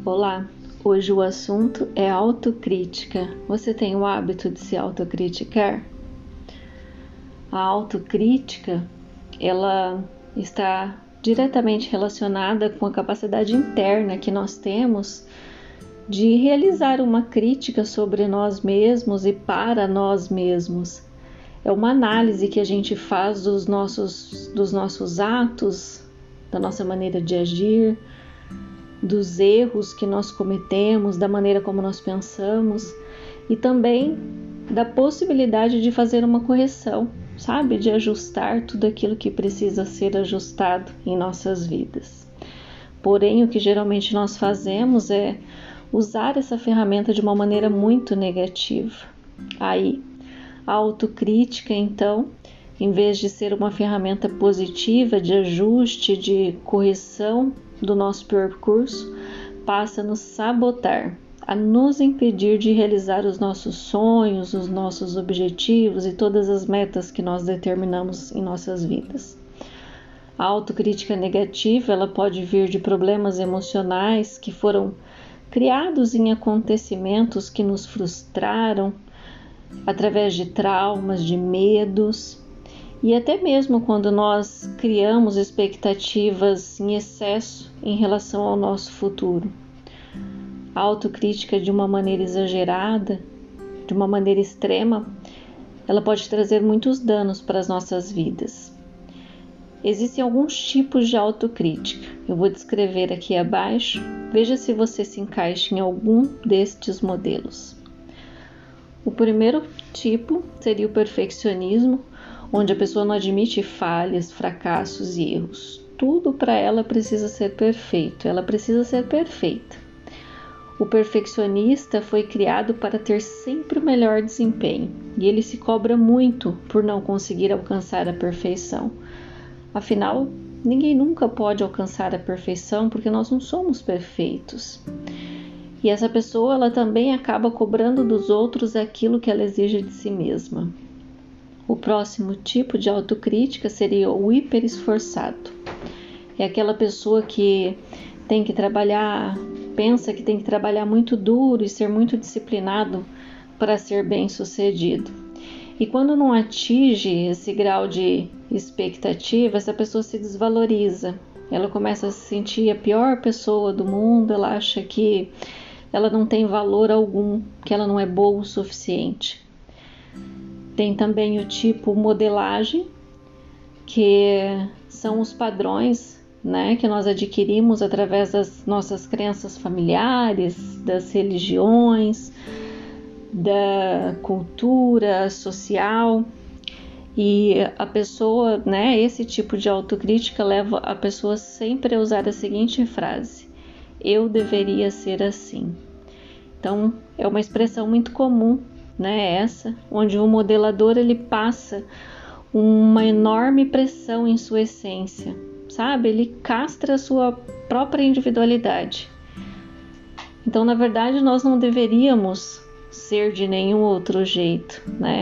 Olá, hoje o assunto é autocrítica. Você tem o hábito de se autocriticar? A autocrítica, ela está diretamente relacionada com a capacidade interna que nós temos de realizar uma crítica sobre nós mesmos e para nós mesmos. É uma análise que a gente faz dos nossos atos, da nossa maneira de agir, dos erros que nós cometemos, da maneira como nós pensamos e também da possibilidade de fazer uma correção, sabe? De ajustar tudo aquilo que precisa ser ajustado em nossas vidas. Porém, o que geralmente nós fazemos é usar essa ferramenta de uma maneira muito negativa. Aí, a autocrítica, então, em vez de ser uma ferramenta positiva de ajuste, de correção do nosso percurso, passa a nos sabotar, a nos impedir de realizar os nossos sonhos, os nossos objetivos e todas as metas que nós determinamos em nossas vidas. A autocrítica negativa, ela pode vir de problemas emocionais que foram criados em acontecimentos que nos frustraram, através de traumas, de medos, e até mesmo quando nós criamos expectativas em excesso em relação ao nosso futuro. A autocrítica de uma maneira exagerada, de uma maneira extrema, ela pode trazer muitos danos para as nossas vidas. Existem alguns tipos de autocrítica. Eu vou descrever aqui abaixo. Veja se você se encaixa em algum destes modelos. O primeiro tipo seria o perfeccionismo, onde a pessoa não admite falhas, fracassos e erros. Tudo para ela precisa ser perfeito, ela precisa ser perfeita. O perfeccionista foi criado para ter sempre o melhor desempenho e ele se cobra muito por não conseguir alcançar a perfeição. Afinal, ninguém nunca pode alcançar a perfeição porque nós não somos perfeitos. E essa pessoa, ela também acaba cobrando dos outros aquilo que ela exige de si mesma. O próximo tipo de autocrítica seria o hiperesforçado. É aquela pessoa que tem que trabalhar, pensa que tem que trabalhar muito duro e ser muito disciplinado para ser bem-sucedido. E quando não atinge esse grau de expectativa, essa pessoa se desvaloriza. Ela começa a se sentir a pior pessoa do mundo, ela acha que ela não tem valor algum, que ela não é boa o suficiente. Tem também o tipo modelagem, que são os padrões, que nós adquirimos através das nossas crenças familiares, das religiões, da cultura social. E a pessoa, esse tipo de autocrítica leva a pessoa sempre a usar a seguinte frase: eu deveria ser assim. Então, é uma expressão muito comum, essa, onde o modelador ele passa uma enorme pressão em sua essência, sabe? Ele castra a sua própria individualidade. Então, na verdade, nós não deveríamos ser de nenhum outro jeito,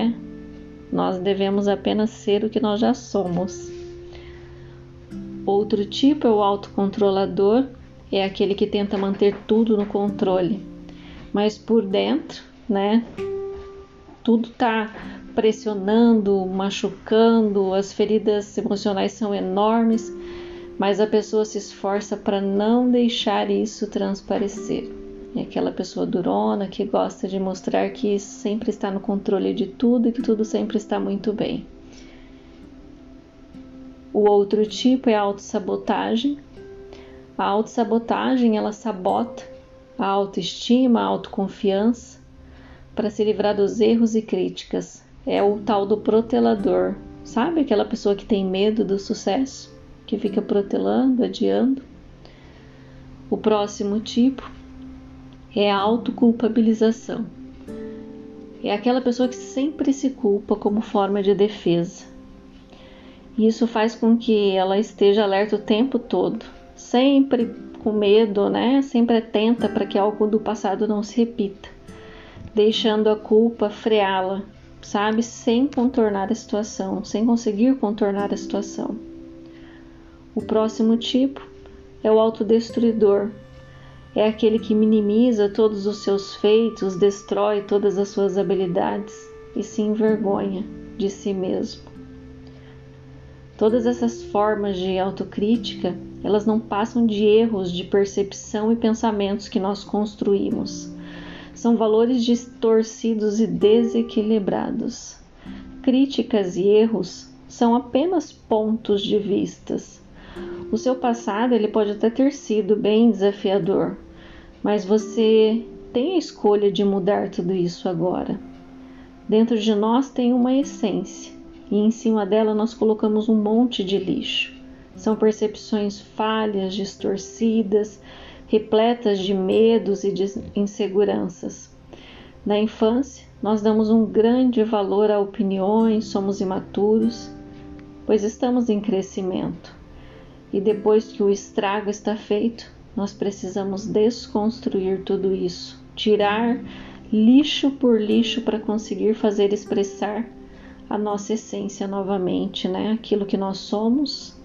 Nós devemos apenas ser o que nós já somos. Outro tipo é o autocontrolador, é aquele que tenta manter tudo no controle, mas por dentro, tudo está pressionando, machucando, as feridas emocionais são enormes, mas a pessoa se esforça para não deixar isso transparecer. É aquela pessoa durona que gosta de mostrar que sempre está no controle de tudo e que tudo sempre está muito bem. O outro tipo é a autossabotagem. A autossabotagem, ela sabota a autoestima, a autoconfiança para se livrar dos erros e críticas. É o tal do protelador, sabe? Aquela pessoa que tem medo do sucesso, que fica protelando, adiando. O próximo tipo é a autoculpabilização. É aquela pessoa que sempre se culpa como forma de defesa. E isso faz com que ela esteja alerta o tempo todo, sempre com medo, sempre atenta para que algo do passado não se repita, deixando a culpa freá-la, sabe? Sem contornar a situação, sem conseguir contornar a situação. O próximo tipo é o autodestruidor. é aquele que minimiza todos os seus feitos, destrói todas as suas habilidades e se envergonha de si mesmo. Todas essas formas de autocrítica, elas não passam de erros de percepção e pensamentos que nós construímos. São valores distorcidos e desequilibrados. Críticas e erros são apenas pontos de vistas. O seu passado ele pode até ter sido bem desafiador, mas você tem a escolha de mudar tudo isso agora. Dentro de nós tem uma essência, e em cima dela nós colocamos um monte de lixo. São percepções falhas, distorcidas, repletas de medos e de inseguranças. Na infância, nós damos um grande valor a opiniões, somos imaturos, pois estamos em crescimento. E depois que o estrago está feito, nós precisamos desconstruir tudo isso, tirar lixo por lixo para conseguir fazer expressar a nossa essência novamente, né? Aquilo que nós somos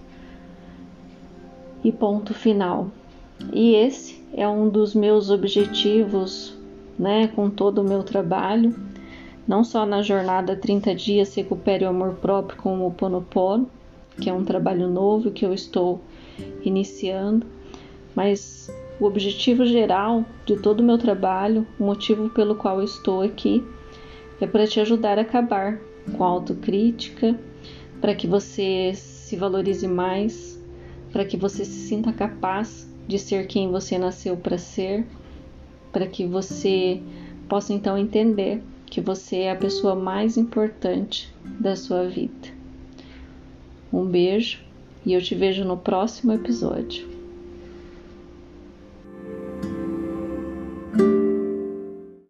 e ponto final. E esse é um dos meus objetivos, né? Com todo o meu trabalho, não só na jornada 30 dias Recupere o Amor Próprio com o Ho'oponopono, que é um trabalho novo que eu estou iniciando, mas o objetivo geral de todo o meu trabalho, o motivo pelo qual eu estou aqui, é para te ajudar a acabar com a autocrítica, para que você se valorize mais, para que você se sinta capaz de ser quem você nasceu para ser, para que você possa então entender que você é a pessoa mais importante da sua vida. Um beijo e eu te vejo no próximo episódio.